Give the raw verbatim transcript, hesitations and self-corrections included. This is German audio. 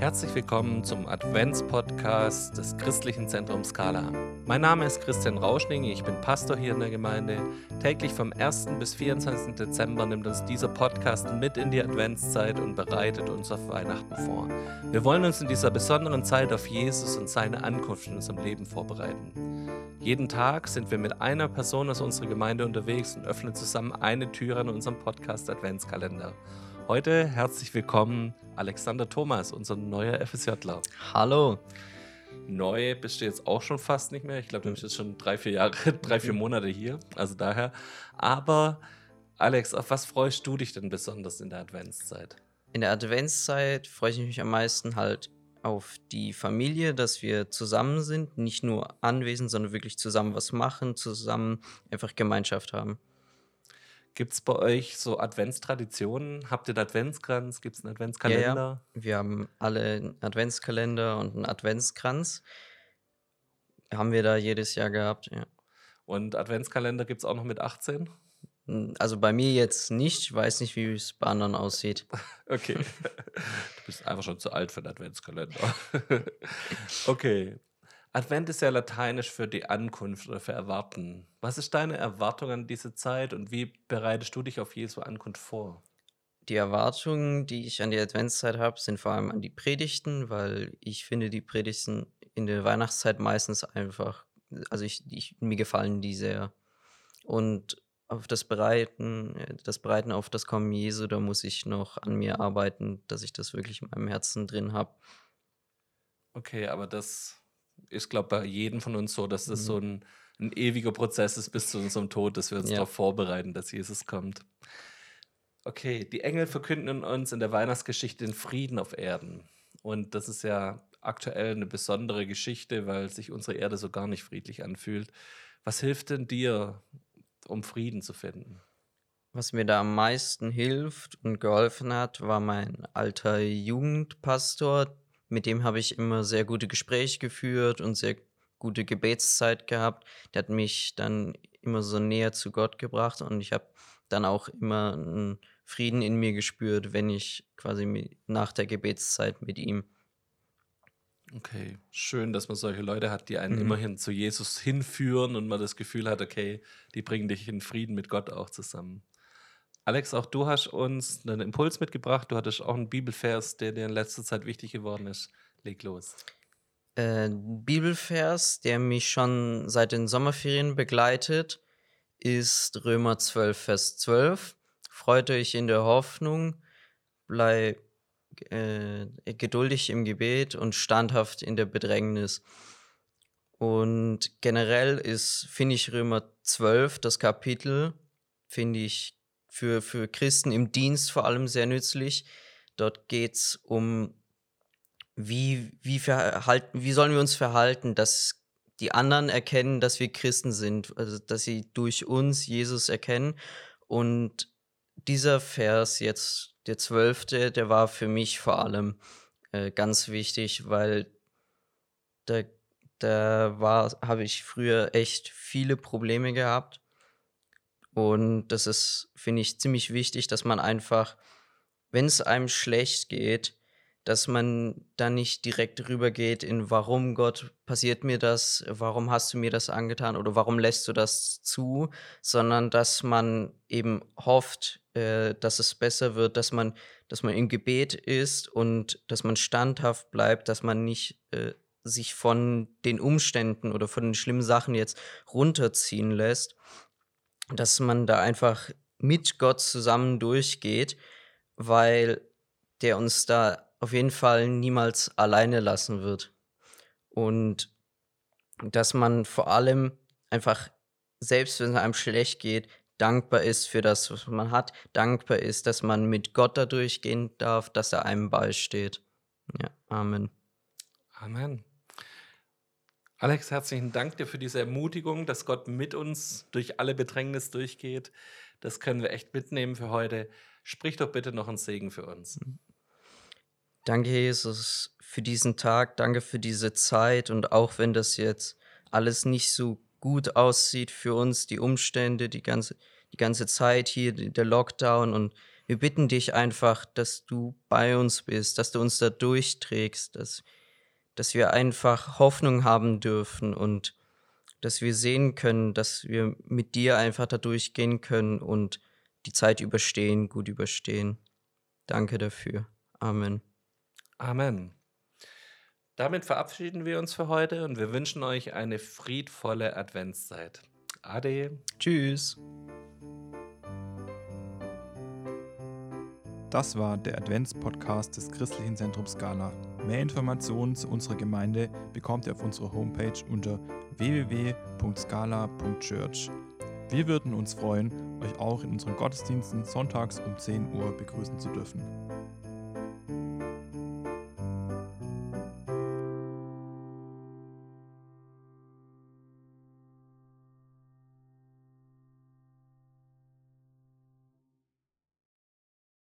Herzlich willkommen zum Adventspodcast des Christlichen Zentrums Skala. Mein Name ist Christian Rauschning, ich bin Pastor hier in der Gemeinde. Täglich vom ersten bis vierundzwanzigsten Dezember nimmt uns dieser Podcast mit in die Adventszeit und bereitet uns auf Weihnachten vor. Wir wollen uns in dieser besonderen Zeit auf Jesus und seine Ankunft in unserem Leben vorbereiten. Jeden Tag sind wir mit einer Person aus unserer Gemeinde unterwegs und öffnen zusammen eine Tür an unserem Podcast Adventskalender. Heute herzlich willkommen Alexander Thomas, unser neuer FSJler. Hallo. Neu bist du jetzt auch schon fast nicht mehr. Ich glaube, du bist jetzt schon drei, vier Jahre, drei, vier Monate hier. Also daher. Aber Alex, auf was freust du dich denn besonders in der Adventszeit? In der Adventszeit freue ich mich am meisten halt auf die Familie, dass wir zusammen sind, nicht nur anwesend, sondern wirklich zusammen was machen, zusammen einfach Gemeinschaft haben. Gibt es bei euch so Adventstraditionen? Habt ihr einen Adventskranz? Gibt es einen Ja, Adventskalender? ja. Wir haben alle einen Adventskalender und einen Adventskranz. Haben wir da jedes Jahr gehabt, ja. Und Adventskalender gibt es auch noch mit achtzehn? Also bei mir jetzt nicht, ich weiß nicht, wie es bei anderen aussieht. Okay. Du bist einfach schon zu alt für den Adventskalender. Okay. Advent ist ja lateinisch für die Ankunft oder für Erwarten. Was ist deine Erwartung an diese Zeit und wie bereitest du dich auf Jesu Ankunft vor? Die Erwartungen, die ich an die Adventszeit habe, sind vor allem an die Predigten, weil ich finde, die Predigten in der Weihnachtszeit meistens einfach, also ich, ich mir gefallen die sehr. Und auf das Bereiten, äh, das Bereiten auf das Kommen Jesu, da muss ich noch an mir arbeiten, dass ich das wirklich in meinem Herzen drin habe. Okay, aber das ist, glaube ich, bei jedem von uns so, dass das Mhm. so ein, ein ewiger Prozess ist bis zu unserem Tod, dass wir uns Ja. darauf vorbereiten, dass Jesus kommt. Okay, die Engel verkünden uns in der Weihnachtsgeschichte den Frieden auf Erden. Und das ist ja aktuell eine besondere Geschichte, weil sich unsere Erde so gar nicht friedlich anfühlt. Was hilft denn dir, um Frieden zu finden? Was mir da am meisten hilft und geholfen hat, war mein alter Jugendpastor. Mit dem habe ich immer sehr gute Gespräche geführt und sehr gute Gebetszeit gehabt. Der hat mich dann immer so näher zu Gott gebracht und ich habe dann auch immer einen Frieden in mir gespürt, wenn ich quasi mi- nach der Gebetszeit mit ihm. Okay, schön, dass man solche Leute hat, die einen Mhm. immerhin zu Jesus hinführen und man das Gefühl hat, okay, die bringen dich in Frieden mit Gott auch zusammen. Alex, auch du hast uns einen Impuls mitgebracht. Du hattest auch einen Bibelvers, der dir in letzter Zeit wichtig geworden ist. Leg los. Äh, Bibelvers, der mich schon seit den Sommerferien begleitet, ist Römer zwölf, Vers zwölf. Freut euch in der Hoffnung, bleib äh, geduldig im Gebet und standhaft in der Bedrängnis. Und generell ist, finde ich, Römer zwölf, das Kapitel, finde ich für, für Christen im Dienst vor allem sehr nützlich. Dort geht es um, wie, wie, verhalten, wie sollen wir uns verhalten, dass die anderen erkennen, dass wir Christen sind, also dass sie durch uns Jesus erkennen. Und dieser Vers jetzt, der zwölfte, der war für mich vor allem äh, ganz wichtig, weil da, da war, habe ich früher echt viele Probleme gehabt. Und das ist, finde ich, ziemlich wichtig, dass man einfach, wenn es einem schlecht geht, dass man da nicht direkt rübergeht in warum Gott passiert mir das, warum hast du mir das angetan oder warum lässt du das zu, sondern dass man eben hofft, äh, dass es besser wird, dass man, dass man im Gebet ist und dass man standhaft bleibt, dass man nicht äh, sich von den Umständen oder von den schlimmen Sachen jetzt runterziehen lässt, dass man da einfach mit Gott zusammen durchgeht, weil der uns da auf jeden Fall niemals alleine lassen wird. Und dass man vor allem einfach, selbst wenn es einem schlecht geht, dankbar ist für das, was man hat, dankbar ist, dass man mit Gott da durchgehen darf, dass er einem beisteht. Ja, Amen. Amen. Alex, herzlichen Dank dir für diese Ermutigung, dass Gott mit uns durch alle Bedrängnis durchgeht. Das können wir echt mitnehmen für heute. Sprich doch bitte noch einen Segen für uns. Danke, Jesus, für diesen Tag. Danke für diese Zeit. Und auch wenn das jetzt alles nicht so gut aussieht für uns, die Umstände, die ganze, die ganze Zeit hier, die- der Lockdown und Wir bitten dich einfach, dass du bei uns bist, dass du uns da durchträgst, dass, dass wir einfach Hoffnung haben dürfen und dass wir sehen können, dass wir mit dir einfach da durchgehen können und die Zeit überstehen, gut überstehen. Danke dafür. Amen. Amen. Damit verabschieden wir uns für heute und wir wünschen euch eine friedvolle Adventszeit. Ade. Tschüss. Das war der Advents-Podcast des Christlichen Zentrums Scala. Mehr Informationen zu unserer Gemeinde bekommt ihr auf unserer Homepage unter w w w punkt scala punkt church. Wir würden uns freuen, euch auch in unseren Gottesdiensten sonntags um zehn Uhr begrüßen zu dürfen.